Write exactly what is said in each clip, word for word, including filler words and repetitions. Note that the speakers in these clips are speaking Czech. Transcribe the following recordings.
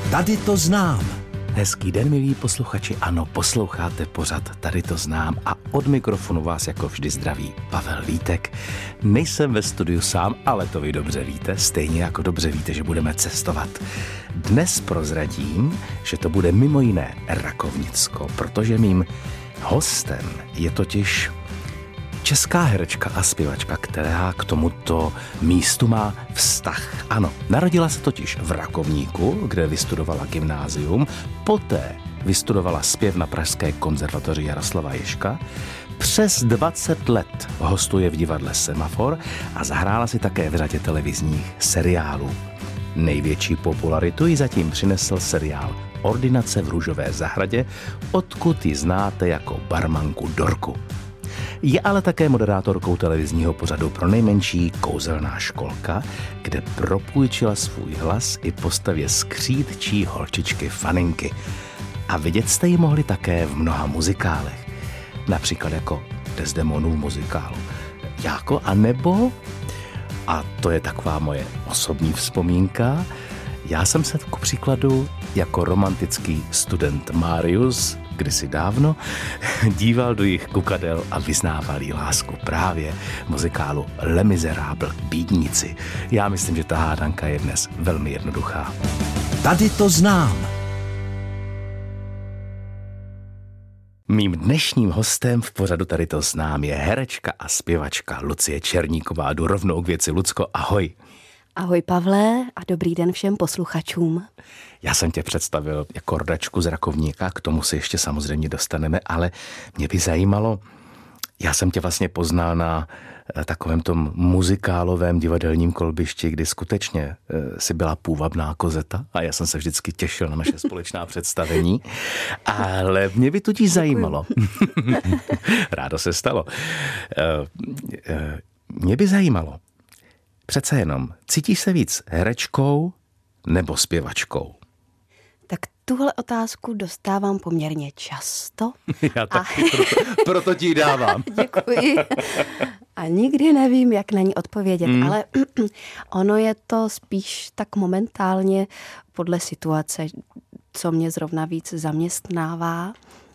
Tady to znám. Hezký den, milí posluchači. Ano, posloucháte pořad Tady to znám a od mikrofonu vás jako vždy zdraví Pavel Vítek. Nejsem ve studiu sám, ale to vy dobře víte, stejně jako dobře víte, že budeme cestovat. Dnes prozradím, že to bude mimo jiné Rakovnicko, protože mým hostem je totiž česká herečka a zpěvačka, která k tomuto místu má vztah. Ano, narodila se totiž v Rakovníku, kde vystudovala gymnázium, poté vystudovala zpěv na Pražské konzervatoři Jaroslava Ježka, přes dvacet let hostuje v divadle Semafor a zahrála si také v řadě televizních seriálů. Největší popularitu jí zatím přinesl seriál Ordinace v růžové zahradě, odkud ji znáte jako barmanku Dorku. Je ale také moderátorkou televizního pořadu pro nejmenší Kouzelná školka, kde propůjčila svůj hlas i postavě skřídčí holčičky Faninky. A vidět jste ji mohli také v mnoha muzikálech. Například jako Desdemonu v muzikálu Jáko, a nebo, a to je taková moje osobní vzpomínka, já jsem se ku příkladu jako romantický student Marius kdysi dávno díval do jejich kukadel a vyznával jí lásku právě v muzikálu Les Misérables, Bídníci. Já myslím, že ta hádanka je dnes velmi jednoduchá. Tady to znám. Mým dnešním hostem v pořadu Tady to znám je herečka a zpěvačka Lucie Černíková. Jdu rovnou k věci. Lucko, ahoj. Ahoj Pavle a dobrý den všem posluchačům. Já jsem tě představil jako rodačku z Rakovníka, k tomu se ještě samozřejmě dostaneme, ale mě by zajímalo, já jsem tě vlastně poznal na takovém tom muzikálovém divadelním kolbišti, kdy skutečně si byla půvabná kozeta a já jsem se vždycky těšil na naše společná představení, ale mě by tudíž zajímalo. Rádo se stalo. Mě by zajímalo, přece jenom, cítíš se víc herečkou nebo zpěvačkou? Tak tuhle otázku dostávám poměrně často. Já taky, a... proto, proto ti ji dávám. Děkuji. A nikdy nevím, jak na ní odpovědět, mm. ale ono je to spíš tak momentálně podle situace, co mě zrovna víc zaměstnává.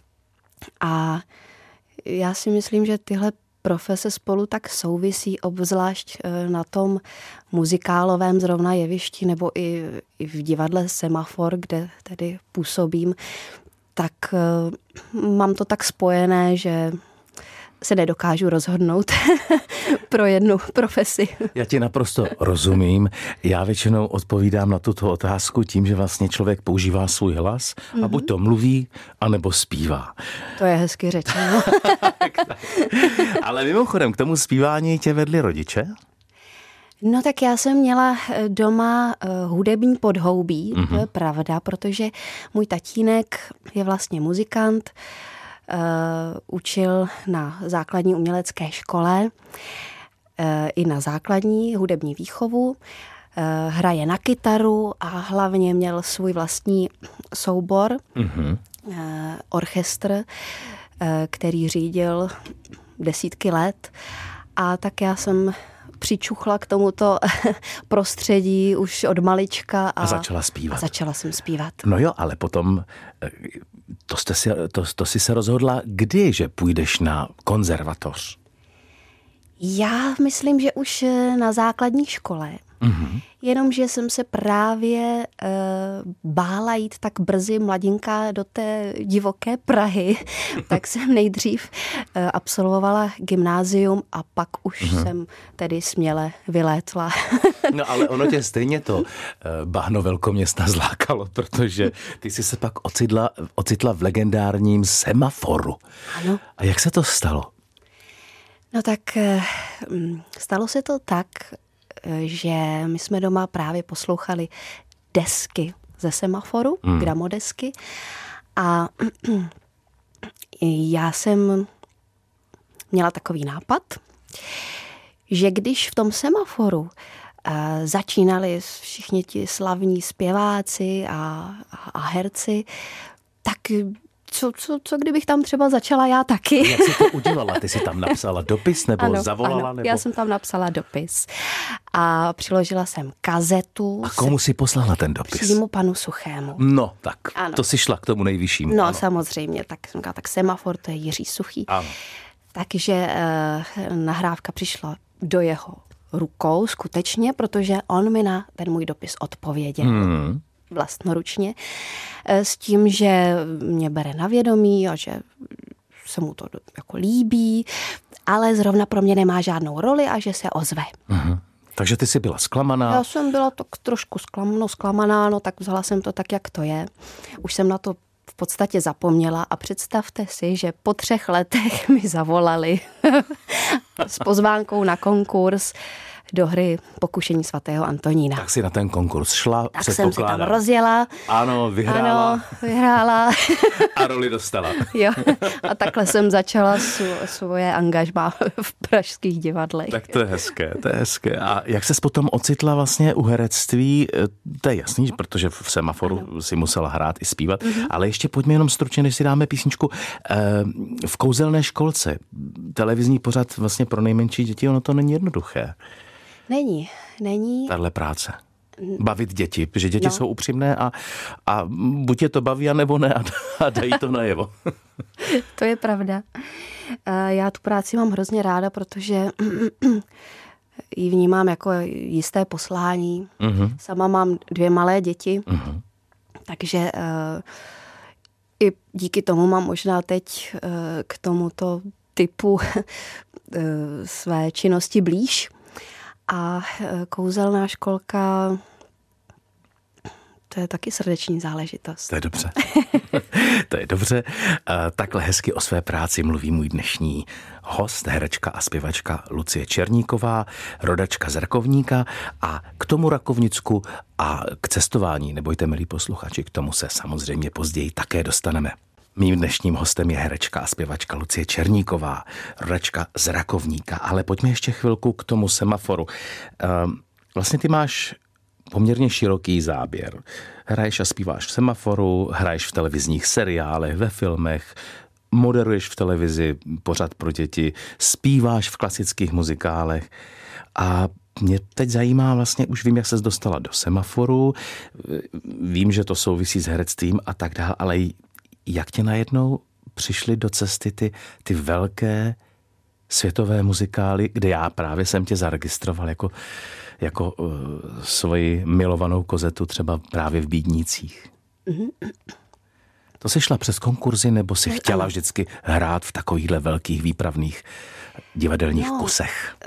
A já si myslím, že tyhle profese spolu tak souvisí, obzvlášť na tom muzikálovém zrovna jevišti nebo i, i v divadle Semafor, kde tedy působím, tak mám to tak spojené, že se nedokážu rozhodnout pro jednu profesi. Já ti naprosto rozumím. Já většinou odpovídám na tuto otázku tím, že vlastně člověk používá svůj hlas mm-hmm. a buď to mluví, anebo zpívá. To je hezky řečeno. Ale mimochodem, k tomu zpívání tě vedli rodiče? No tak já jsem měla doma hudební podhoubí, mm-hmm. to je pravda, protože můj tatínek je vlastně muzikant, Uh, učil na základní umělecké škole uh, i na základní hudební výchovu, uh, hraje na kytaru a hlavně měl svůj vlastní soubor, mm-hmm. uh, orchestr, uh, který řídil desítky let, a tak já jsem přičuchla k tomuto prostředí už od malička. A, a začala zpívat. A začala jsem zpívat. No jo, ale potom to, jste si, to, to jsi se rozhodla, kdy, že půjdeš na konzervatoř? Já myslím, že už na základní škole. Mm-hmm. Jenomže jsem se právě e, bála jít tak brzy mladinka do té divoké Prahy, tak jsem nejdřív e, absolvovala gymnázium a pak už mm-hmm. jsem tedy směle vylétla. No ale ono tě stejně to e, bahno velkoměsta zlákalo, protože ty jsi se pak ocitla, ocitla v legendárním Semaforu. Ano. A jak se to stalo? No tak e, stalo se to tak, že my jsme doma právě poslouchali desky ze Semaforu, mm. gramodesky, a já jsem měla takový nápad, že když v tom Semaforu začínali všichni ti slavní zpěváci a, a herci, tak co, co, co kdybych tam třeba začala já taky. Jak jsi to udělala? Ty jsi tam napsala dopis nebo ano, zavolala? Ano, nebo... já jsem tam napsala dopis a přiložila jsem kazetu. A komu si poslala ten dopis? Přímo panu Suchému. No, tak ano. To si šla k tomu nejvyššímu. No, ano. samozřejmě, tak jsem říkala, tak Semafor, to je Jiří Suchý. Ano. Takže eh, nahrávka přišla do jeho rukou skutečně, protože on mi na ten můj dopis odpověděl. Hmm. Vlastnoručně, s tím, že mě bere na vědomí a že se mu to jako líbí, ale zrovna pro mě nemá žádnou roli a že se ozve. Uh-huh. Takže ty jsi byla zklamaná? Já jsem byla tak trošku sklam, no, zklamaná, no tak vzala jsem to tak, jak to je. Už jsem na to v podstatě zapomněla a představte si, že po třech letech mi zavolali s pozvánkou na konkurs do hry Pokušení svatého Antonína. Tak si na ten konkurs šla, tak jsem si tam rozjela. Ano, vyhrála. Ano, vyhrála. A roli dostala. Jo, a takhle jsem začala svoje angažmá v pražských divadlech. Tak to je hezké, to je hezké. A jak ses potom ocitla vlastně u herectví? To je jasný, protože v Semaforu ano. si musela hrát i zpívat, mm-hmm. ale ještě pojďme jenom stručně, než si dáme písničku. V Kouzelné školce, televizní pořad vlastně pro nejmenší děti, ono to není jednoduché. Není, není. Tahle práce. Bavit děti, protože děti no. jsou upřímné a, a buď je to baví, anebo ne a dají to najevo. To je pravda. Já tu práci mám hrozně ráda, protože ji vnímám jako jisté poslání. Uh-huh. Sama mám dvě malé děti, uh-huh. takže uh, i díky tomu mám možná teď uh, k tomuto typu uh, své činnosti blíž. A Kouzelná školka, to je taky srdeční záležitost. To je dobře. To je dobře. Takhle hezky o své práci mluví můj dnešní host, herečka a zpěvačka Lucie Černíková, rodačka z Rakovníka a k tomu Rakovnicku a k cestování, nebojte, milí posluchači, k tomu se samozřejmě později také dostaneme. Mým dnešním hostem je herečka a zpěvačka Lucie Černíková, rodačka z Rakovníka. Ale pojďme ještě chvilku k tomu Semaforu. Vlastně ty máš poměrně široký záběr. Hraješ a zpíváš v Semaforu, hraješ v televizních seriálech, ve filmech, moderuješ v televizi pořad pro děti, zpíváš v klasických muzikálech. A mě teď zajímá, vlastně už vím, jak ses dostala do Semaforu, vím, že to souvisí s herectvím a tak dále, ale jak tě najednou přišly do cesty ty, ty velké světové muzikály, kde já právě jsem tě zaregistroval jako, jako uh, svoji milovanou kozetu třeba právě v Bídnících. Mm-hmm. To jsi šla přes konkurzy, nebo si chtěla vždycky hrát v takovýchhle velkých výpravných divadelních no, kusech?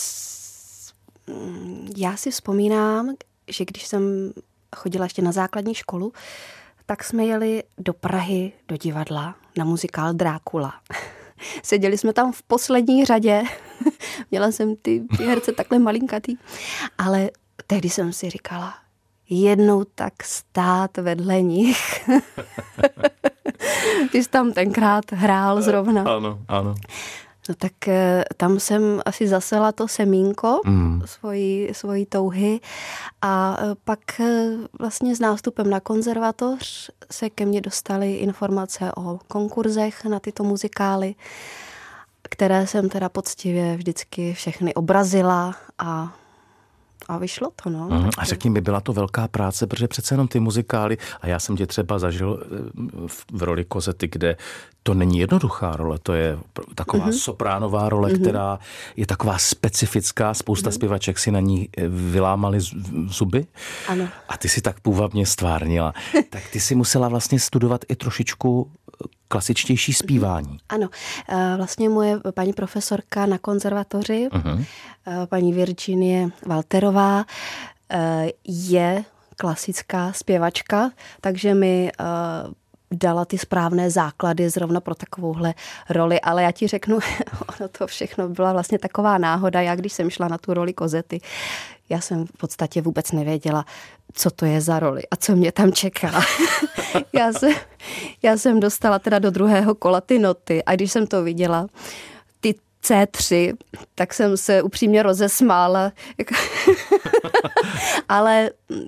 Já si vzpomínám, že když jsem chodila ještě na základní školu, tak jsme jeli do Prahy, do divadla, na muzikál Drákula. Seděli jsme tam v poslední řadě. Měla jsem ty, ty herce takhle malinkatý. Ale tehdy jsem si říkala, jednou tak stát vedle nich. Ty jsi tam tenkrát hrál zrovna. Ano, ano. No tak tam jsem asi zasela to semínko mm. svojí, svojí touhy a pak vlastně s nástupem na konzervatoř se ke mně dostaly informace o konkurzech na tyto muzikály, které jsem teda poctivě vždycky všechny obrazila a A vyšlo to, no. Mm, a řekni mi, byla to velká práce, protože přece jenom ty muzikály, a já jsem tě třeba zažil v roli kozety, kde to není jednoduchá role, to je taková mm-hmm. sopránová role, mm-hmm. která je taková specifická, spousta mm-hmm. zpěvaček si na ní vylámali zuby. Ano. A ty si tak půvabně stvárnila. Tak ty si musela vlastně studovat i trošičku klasičtější zpívání. Ano, vlastně moje paní profesorka na konzervatoři, uh-huh. paní Virginie Walterová, je klasická zpěvačka, takže mi dala ty správné základy zrovna pro takovouhle roli, ale já ti řeknu, ono to všechno byla vlastně taková náhoda. Já když jsem šla na tu roli kozety, já jsem v podstatě vůbec nevěděla, co to je za roli a co mě tam čeká. já, jsem, já jsem dostala teda do druhého kola ty noty a když jsem to viděla, ty cé tři, tak jsem se upřímně rozesmála. Ale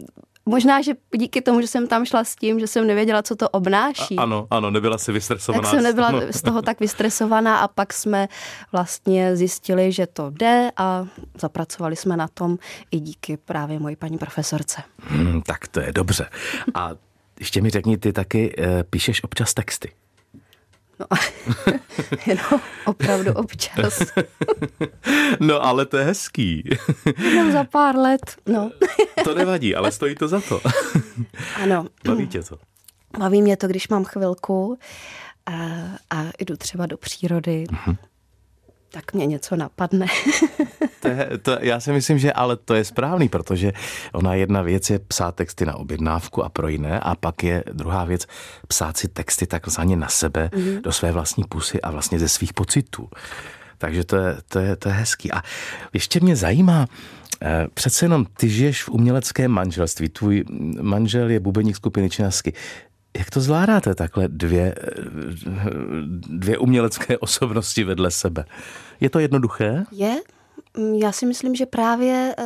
možná, že díky tomu, že jsem tam šla s tím, že jsem nevěděla, co to obnáší. A, ano, ano, nebyla si vystresovaná. Tak jsem nebyla no. z toho tak vystresovaná a pak jsme vlastně zjistili, že to jde a zapracovali jsme na tom i díky právě mojí paní profesorce. Hmm, tak to je dobře. A ještě mi řekni, ty taky e, píšeš občas texty. No, no, opravdu občas. No, ale to je hezký. Jenom za pár let, no. To nevadí, ale stojí to za to. Ano. Baví tě to? Baví mě to, když mám chvilku a, a jdu třeba do přírody, uh-huh. tak mě něco napadne. To je, to, já si myslím, že ale to je správný, protože ona jedna věc je psát texty na objednávku a pro jiné a pak je druhá věc psát si texty takzvaně na sebe, mm-hmm. do své vlastní pusy a vlastně ze svých pocitů. Takže to je, to je, to je hezký. A ještě mě zajímá, přece jenom ty žiješ v uměleckém manželství, tvůj manžel je bubeník skupiny Činasky. Jak to zvládáte takhle dvě, dvě umělecké osobnosti vedle sebe? Je to jednoduché? Je. Já si myslím, že právě,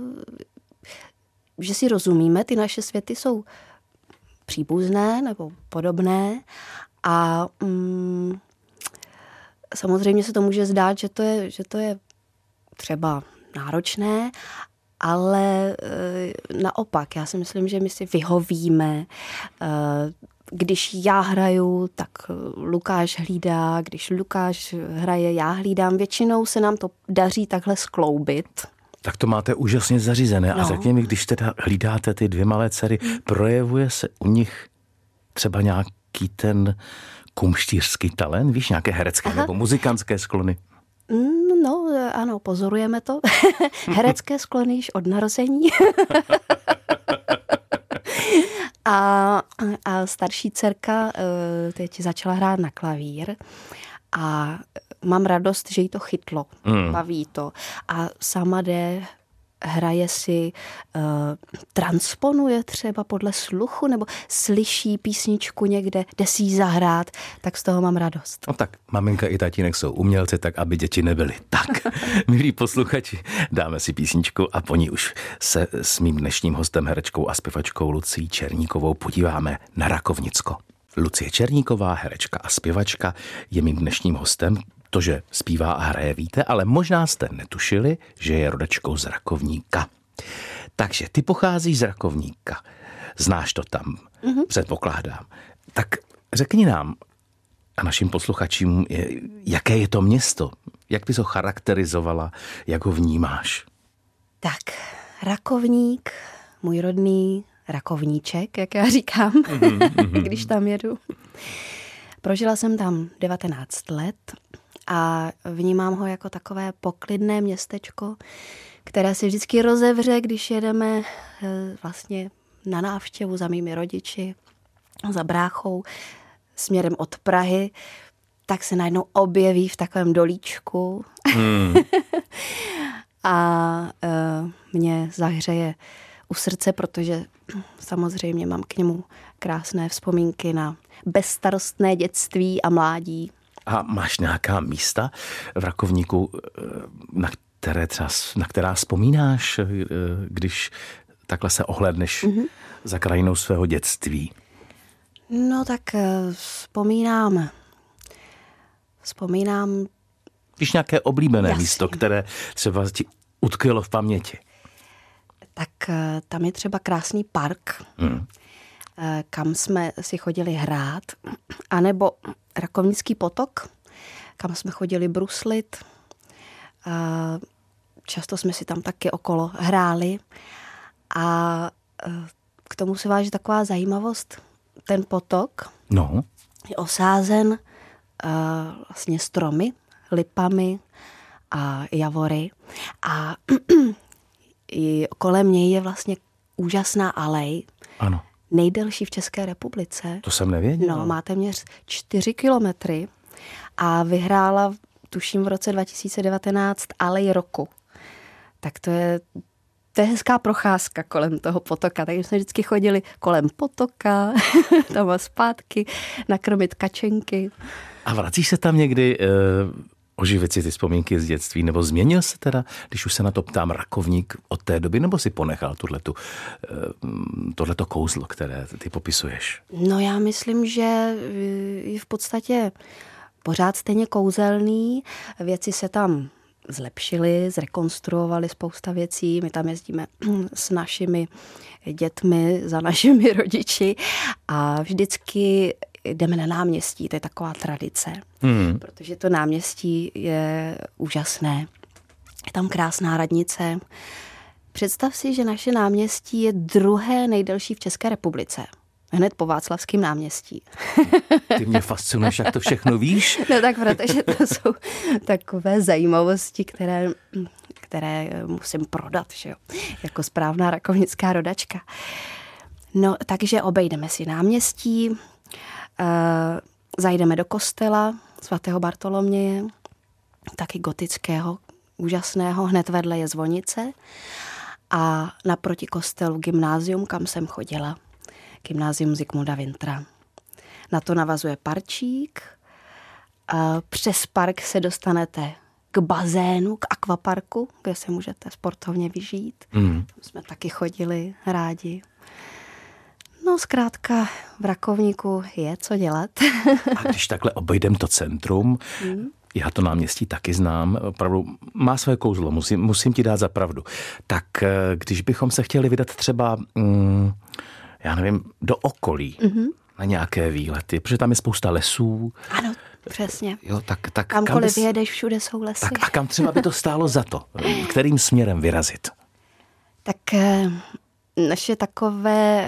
že si rozumíme, ty naše světy jsou příbuzné nebo podobné a mm, samozřejmě se to může zdát, že to je, že to je třeba náročné, ale naopak, já si myslím, že my si vyhovíme. Když já hraju, tak Lukáš hlídá, když Lukáš hraje, já hlídám. Většinou se nám to daří takhle skloubit. Tak to máte úžasně zařízené. No. A řekni mi, když teda hlídáte ty dvě malé dcery, projevuje se u nich třeba nějaký ten kumštířský talent, víš, nějaké herecké Aha. nebo muzikantské sklony? No, ano, pozorujeme to. Herecké sklony již od narození. a, a starší dcerka teď začala hrát na klavír a mám radost, že jí to chytlo. Mm. Baví to. A sama jde, hraje si, uh, transponuje třeba podle sluchu nebo slyší písničku někde, jde si ji zahrát, tak z toho mám radost. No tak, maminka i tatínek jsou umělci, tak aby děti nebyly. Tak, milí posluchači, dáme si písničku a po ní už se s mým dnešním hostem, herečkou a zpěvačkou Lucií Černíkovou podíváme na Rakovnicko. Lucie Černíková, herečka a zpěvačka, je mým dnešním hostem. To, že zpívá a hraje, víte, ale možná jste netušili, že je rodačkou z Rakovníka. Takže ty pocházíš z Rakovníka. Znáš to tam, mm-hmm. předpokládám. Tak řekni nám a našim posluchačům, jaké je to město? Jak bys ho charakterizovala? Jak ho vnímáš? Tak, Rakovník, můj rodný Rakovníček, jak já říkám, mm-hmm. když tam jedu. Prožila jsem tam devatenáct let a vnímám ho jako takové poklidné městečko, které se vždycky rozevře, když jedeme vlastně na návštěvu za mými rodiči, za bráchou, směrem od Prahy, tak se najednou objeví v takovém dolíčku hmm. a uh, mě zahřeje u srdce, protože samozřejmě mám k němu krásné vzpomínky na bezstarostné dětství a mládí. A máš nějaká místa v Rakovníku, na, které třeba, na která vzpomínáš, když takhle se ohlédneš mm-hmm. za krajinou svého dětství? No tak vzpomínám, vzpomínám... Víš nějaké oblíbené Jasně. místo, které třeba ti utkvělo v paměti? Tak tam je třeba krásný park, hmm. kam jsme si chodili hrát, anebo Rakovnický potok, kam jsme chodili bruslit. Často jsme si tam taky okolo hráli a k tomu se váží taková zajímavost. Ten potok no. je osázen vlastně stromy, lipami a javory a i kolem něj je vlastně úžasná alej. Ano. Nejdelší v České republice. To jsem nevěděla. No, má téměř čtyři kilometry a vyhrála, tuším v roce dva tisíce devatenáct, alej roku. Tak to je, to je hezká procházka kolem toho potoka. Takže jsme vždycky chodili kolem potoka, tam a zpátky, nakrmit kačenky. A vracíš se tam někdy oživit si ty vzpomínky z dětství, nebo změnil se teda, když už se na to ptám, Rakovník od té doby, nebo si ponechal tuhletu, tohleto kouzlo, které ty popisuješ? No já myslím, že je v podstatě pořád stejně kouzelný, věci se tam zlepšily, zrekonstruovaly spousta věcí, my tam jezdíme s našimi dětmi, za našimi rodiči a vždycky jdeme na náměstí, to je taková tradice, hmm. protože to náměstí je úžasné. Je tam krásná radnice. Představ si, že naše náměstí je druhé nejdelší v České republice. Hned po Václavském náměstí. Ty mě fascinuješ, jak to všechno víš. No tak protože to jsou takové zajímavosti, které, které musím prodat, že jo? Jako správná rakovnická rodačka. No takže obejdeme si náměstí, uh, zajdeme do kostela svatého Bartoloměje, taky gotického, úžasného, hned vedle je zvonice a naproti kostelu gymnázium, kam jsem chodila. Gymnázium Zikmunda Wintra. Na to navazuje parčík. Přes park se dostanete k bazénu, k akvaparku, kde se můžete sportovně vyžít. Mm. Tam jsme taky chodili rádi. No zkrátka v Rakovníku je co dělat. A když takhle obejdem to centrum, mm. já to náměstí taky znám, opravdu má své kouzlo, musím, musím ti dát za pravdu. Tak když bychom se chtěli vydat třeba... Mm, já nevím, do okolí, mm-hmm. na nějaké výlety, protože tam je spousta lesů. Ano, přesně. Jo, tak, tak kamkoliv kam bys... vyjedeš, všude jsou lesy. Tak a kam třeba by to stálo za to? Kterým směrem vyrazit? Tak naše takové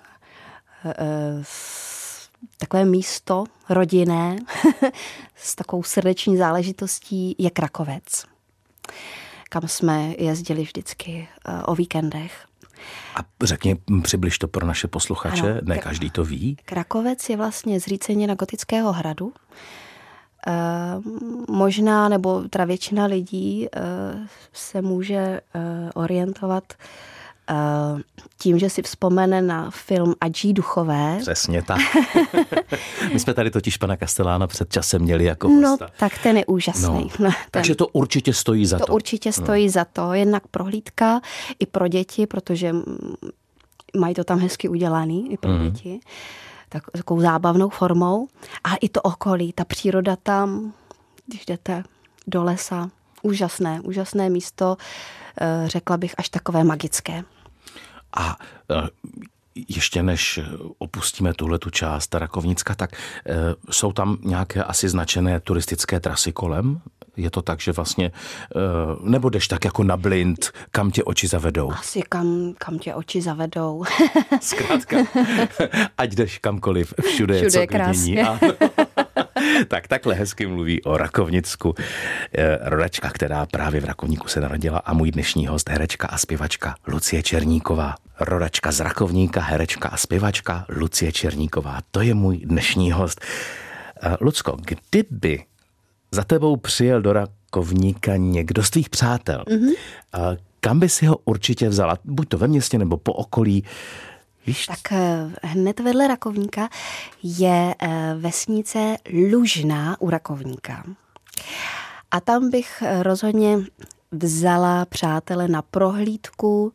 takové místo rodinné s takovou srdeční záležitostí je Krakovec, kam jsme jezdili vždycky o víkendech. A řekni, přibliž to pro naše posluchače, ano, ne každý to ví. Krakovec je vlastně zřícenina gotického hradu. E, možná, nebo teda většina lidí e, se může e, orientovat e, tím, že si vzpomene na film Adží duchové. Přesně tak. My jsme tady totiž pana Castellána před časem měli jako hosta. No, tak ten je úžasný. No, ten, takže to určitě stojí za to. To určitě stojí no. za to. Jednak prohlídka i pro děti, protože mají to tam hezky udělaný i pro mm. děti. Tak, takovou zábavnou formou. A i to okolí, ta příroda tam, když jdete do lesa. Úžasné, úžasné místo, řekla bych až takové magické. A ještě než opustíme tuhletu část Rakovnicka, tak e, jsou tam nějaké asi značené turistické trasy kolem? Je to tak, že vlastně, e, nebo jdeš tak jako na blind, kam tě oči zavedou? Asi kam, kam tě oči zavedou. Zkrátka, ať jdeš kamkoliv, všude, všude je co je krásně. Tak takhle hezky mluví o Rakovnicku rodačka, která právě v Rakovníku se narodila, a můj dnešní host, herečka a zpěvačka Lucie Černíková. Rodačka z Rakovníka, herečka a zpěvačka Lucie Černíková. To je můj dnešní host. Lucko, kdyby za tebou přijel do Rakovníka někdo z tvých přátel, mm-hmm. kam by si ho určitě vzala? Buď to ve městě, nebo po okolí? Víš? Tak hned vedle Rakovníka je vesnice Lužná u Rakovníka. A tam bych rozhodně vzala přátele na prohlídku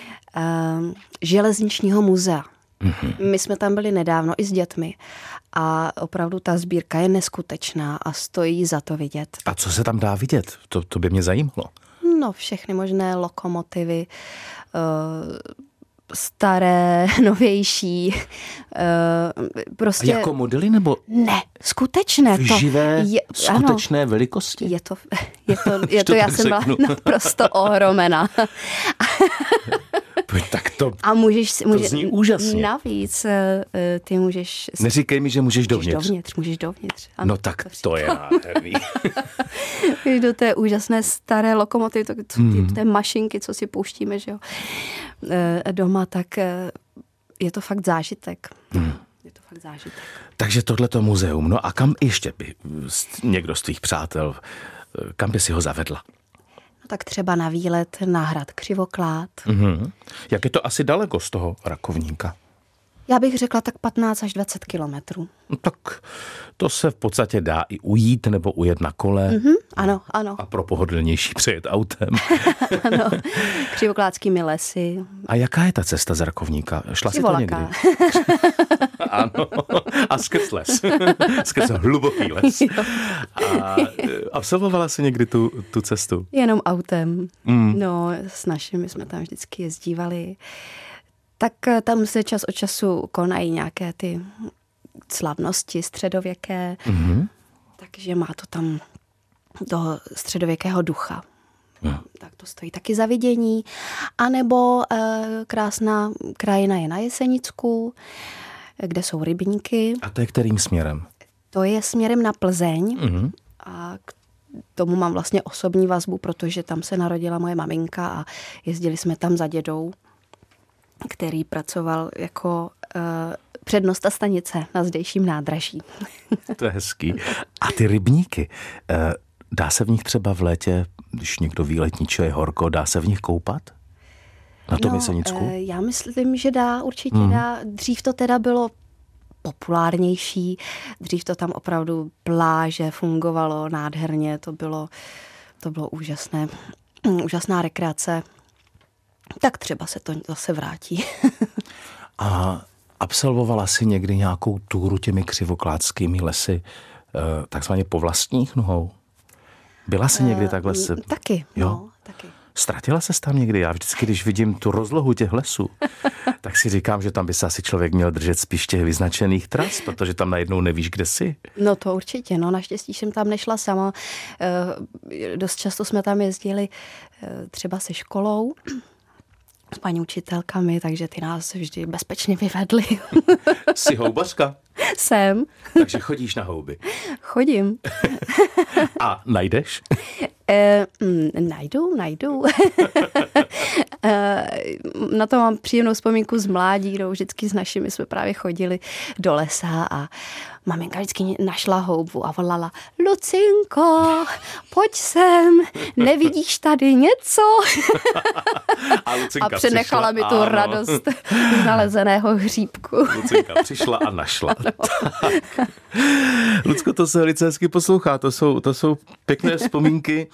železničního muzea. Mm-hmm. My jsme tam byli nedávno i s dětmi a opravdu ta sbírka je neskutečná a stojí za to vidět. A co se tam dá vidět? To, to by mě zajímalo. No, všechny možné lokomotivy, staré, novější, prostě... A jako modely nebo? Ne, skutečné. V to živé, je, skutečné ano, velikosti? Je to, je to, je to, to já jsem byla naprosto ohromena. Tak to, a můžeš, to může, zní úžasně. Navíc ty můžeš... Neříkej mi, že můžeš dovnitř. Můžeš dovnitř, můžeš dovnitř. Ano, no tak to, to je nádherný. Do té úžasné staré lokomotivy, to, to, mm. té mašinky, co si pouštíme, že jo, doma, tak je to fakt zážitek. Mm. Je to fakt zážitek. Takže tohleto muzeum. No a kam ještě by někdo z tvých přátel, kam by si ho zavedla? No tak třeba na výlet na hrad Křivoklád. Mm-hmm. Jak je to asi daleko z toho Rakovníka? Já bych řekla tak patnáct až dvacet kilometrů. No, tak to se v podstatě dá i ujít nebo ujet na kole. Mm-hmm, ano, ano. A pro pohodlnější přejet autem. Ano, křivoklátskými lesy. A jaká je ta cesta z Rakovníka? Šla si to někdy? Ano, a skrz les. Skrz hluboký les. A absolvovala jsi někdy tu, tu cestu? Jenom autem. Mm. No, s našimi jsme tam vždycky jezdívali. Tak tam se čas od času konají nějaké ty slavnosti středověké, mm-hmm. takže má to tam toho středověkého ducha. Mm. Tak to stojí taky za vidění. A nebo e, krásná krajina je na Jesenicku, kde jsou rybníky. A to je kterým směrem? To je směrem na Plzeň. Mm-hmm. A k tomu mám vlastně osobní vazbu, protože tam se narodila moje maminka a jezdili jsme tam za dědou, který pracoval jako uh, přednosta stanice na zdejším nádraží. To je hezký. A ty rybníky, uh, dá se v nich třeba v létě, když někdo ví letní, je horko, dá se v nich koupat? Na tom no, Jesenicku? Uh, já myslím, že dá, určitě hmm. dá. Dřív to teda bylo populárnější, dřív to tam opravdu pláže fungovalo nádherně, to bylo, to bylo úžasné, úžasná rekreace. Tak třeba se to zase vrátí. A absolvovala jsi někdy nějakou túru těmi křivoklátskými lesy, takzvaně po vlastních nohou? Byla jsi někdy takhle se... Taky, jo? no, taky. Ztratila ses tam někdy? Já vždycky, když vidím tu rozlohu těch lesů, tak si říkám, že tam by se asi člověk měl držet spíš těch vyznačených tras, protože tam najednou nevíš, kde jsi. No to určitě, no naštěstí jsem tam nešla sama. Dost často jsme tam jezdili třeba se školou, s paní učitelkami, takže ty nás vždy bezpečně vyvedly. Jsi houbařka? Jsem. Takže chodíš na houby? Chodím. A najdeš? E, najdu, najdu. e, na to mám příjemnou vzpomínku z mládí, no, vždycky s našimi jsme právě chodili do lesa a maminka vždycky našla houbu a volala: Lucinko, pojď sem, nevidíš tady něco? A, a přenechala přišla, mi tu ano. radost z nalezeného hříbku. Lucinka přišla a našla. Lucko, to se velice hezky poslouchá, to jsou, to jsou pěkné vzpomínky.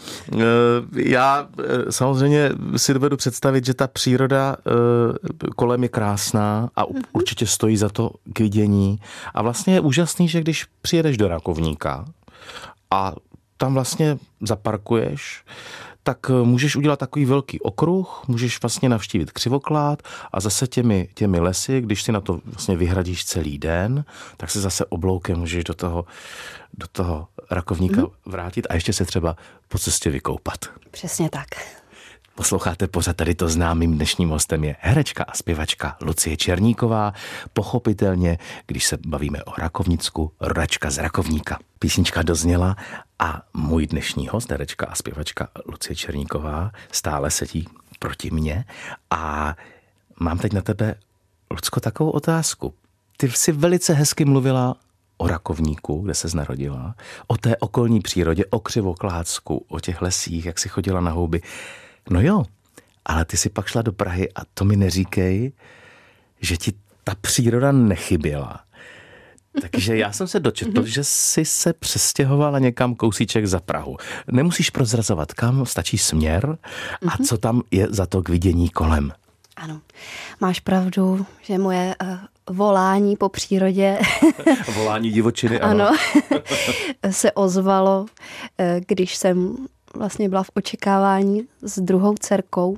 Já samozřejmě si dovedu představit, že ta příroda kolem je krásná a určitě stojí za to k vidění. A vlastně je úžasný, že když přijedeš do Rakovníka a tam vlastně zaparkuješ, tak můžeš udělat takový velký okruh, můžeš vlastně navštívit Křivoklát a zase těmi, těmi lesy, když si na to vlastně vyhradíš celý den, tak se zase obloukem můžeš do toho, do toho Rakovníka mm. vrátit a ještě se třeba po cestě vykoupat. Přesně tak. Posloucháte pořad, tady to znám, mým dnešním hostem je herečka a zpěvačka Lucie Černíková. Pochopitelně, když se bavíme o Rakovnicku, rodačka z Rakovníka. Písnička dozněla a můj dnešní host, herečka a zpěvačka Lucie Černíková, stále sedí proti mně a mám teď na tebe, Lucko, takovou otázku. Ty jsi velice hezky mluvila o Rakovníku, kde ses narodila, o té okolní přírodě, o Křivoklátsku, o těch lesích, jak jsi chodila na houby. No jo, ale ty si pak šla do Prahy a to mi neříkej, že ti ta příroda nechyběla. Takže já jsem se dočetl, že jsi se přestěhovala někam kousíček za Prahu. Nemusíš prozrazovat kam, stačí směr a co tam je za to k vidění kolem. Ano, máš pravdu, že moje uh, volání po přírodě... volání divočiny, ano. ano se ozvalo, uh, když jsem vlastně byla v očekávání s druhou dcerkou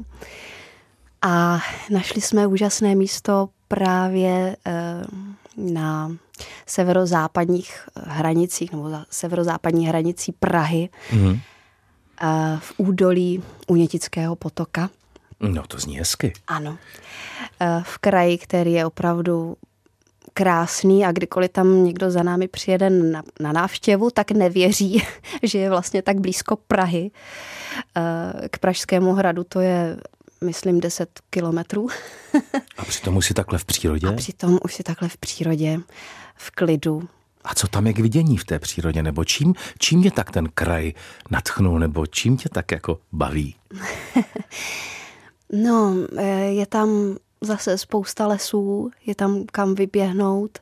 a našli jsme úžasné místo právě uh, na severozápadních hranicích, nebo za severozápadní hranicí Prahy, mm. uh, v údolí Unětického potoka. No, to zní hezky. Ano. V kraji, který je opravdu krásný a kdykoliv tam někdo za námi přijede na, na návštěvu, tak nevěří, že je vlastně tak blízko Prahy. K Pražskému hradu to je, myslím, deset kilometrů. A přitom už si takhle v přírodě? A přitom už si takhle v přírodě, v klidu. A co tam je k vidění v té přírodě? Nebo čím, čím tě tak ten kraj nadchnul? Nebo čím tě tak jako baví? No, je tam zase spousta lesů, je tam kam vyběhnout.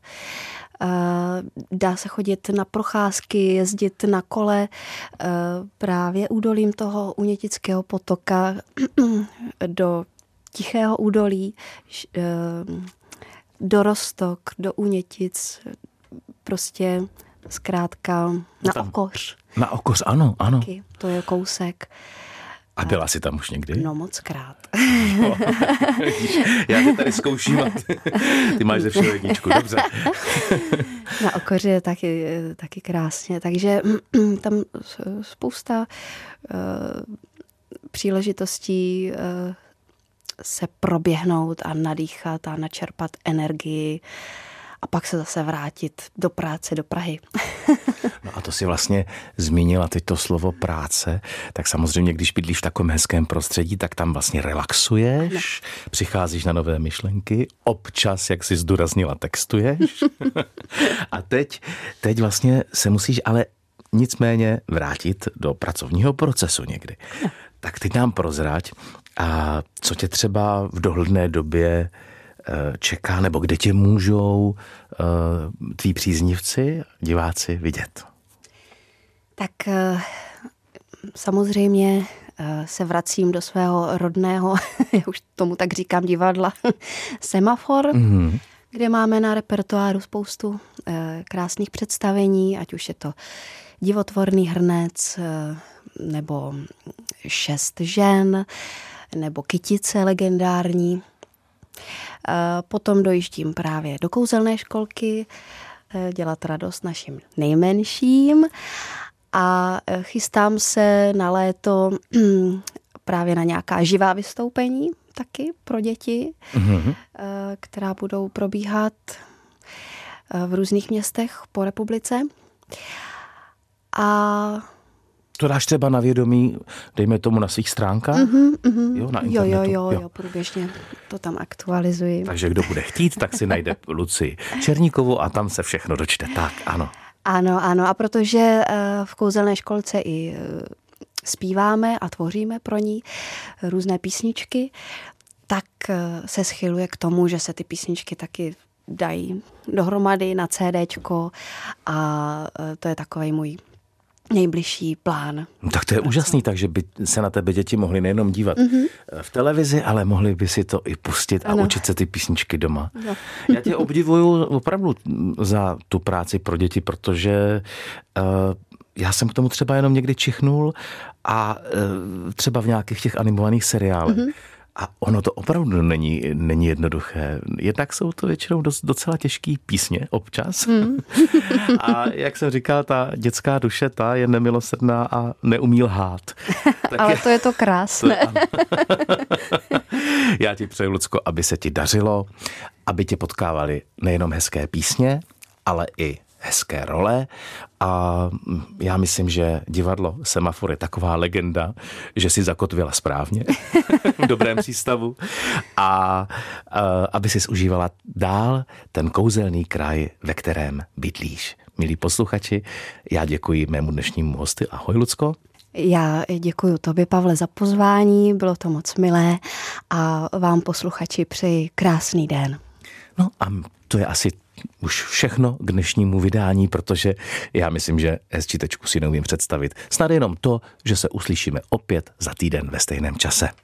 Dá se chodit na procházky, jezdit na kole právě údolím toho Unětického potoka do Tichého údolí, do Roztok, do Unětic, prostě zkrátka na Okoř. Na Okoř, ano, ano. Taky, to je kousek. A byla jsi tam už někdy? No moc krát. No, já tě tady zkouším a ty, ty máš ze všeho jedničku, dobře. Na Okoři je taky, taky krásně, takže tam spousta uh, příležitostí uh, se proběhnout a nadýchat a načerpat energii a pak se zase vrátit do práce, do Prahy. No a to si vlastně zmínila teď to slovo práce, tak samozřejmě, když bydlíš v takovém hezkém prostředí, tak tam vlastně relaxuješ, no. Přicházíš na nové myšlenky, občas, jak jsi zdůraznila, textuješ. A teď, teď vlastně se musíš ale nicméně vrátit do pracovního procesu někdy. No. Tak teď nám prozrať, a co tě třeba v dohledné době čeká, nebo kde tě můžou uh, tví příznivci, diváci vidět? Tak uh, samozřejmě uh, se vracím do svého rodného, já už tomu tak říkám, divadla Semafor, mm-hmm. kde máme na repertoáru spoustu uh, krásných představení, ať už je to Divotvorný hrnec, uh, nebo Šest žen, nebo Kytice legendární. Potom dojíždím právě do kouzelné školky, dělat radost našim nejmenším a chystám se na léto právě na nějaká živá vystoupení taky pro děti, mm-hmm. která budou probíhat v různých městech po republice. A to dáš třeba na vědomí, dejme tomu na svých stránkách? Mm-hmm, mm-hmm. Jo, na internetu? Jo, jo, jo, jo, průběžně to tam aktualizuji. Takže kdo bude chtít, tak si najde Lucii Černíkovou a tam se všechno dočte. Tak, ano. Ano, ano. A protože v kouzelné školce i zpíváme a tvoříme pro ní různé písničky, tak se schyluje k tomu, že se ty písničky taky dají dohromady na CDčko a to je takovej můj nejbližší plán. No, tak to je úžasný, takže by se na tebe děti mohly nejenom dívat mm-hmm. v televizi, ale mohly by si to i pustit ano. a učit se ty písničky doma. No. Já tě obdivuju opravdu za tu práci pro děti, protože uh, já jsem k tomu třeba jenom někdy čichnul a uh, třeba v nějakých těch animovaných seriálech. Mm-hmm. A ono to opravdu není, není jednoduché. Jednak jsou to většinou doc, docela těžký písně občas. Mm. A jak jsem říkal, ta dětská duše, ta je nemilosrdná a neumí lhát. Tak ale je, to je to krásné. To, já ti přeju, Lucko, aby se ti dařilo, aby tě potkávaly nejenom hezké písně, ale i hezké role a já myslím, že divadlo Semafor je taková legenda, že si zakotvila správně v dobrém přístavu a, a aby si užívala dál ten kouzelný kraj, ve kterém bydlíš. Milí posluchači, já děkuji mému dnešnímu hostu. Ahoj, Lucko. Já děkuji tobě, Pavle, za pozvání, bylo to moc milé a vám posluchači přeji krásný den. No a to je asi už všechno k dnešnímu vydání, protože já myslím, že hezčítečku si neumím představit. Snad jenom to, že se uslyšíme opět za týden ve stejném čase.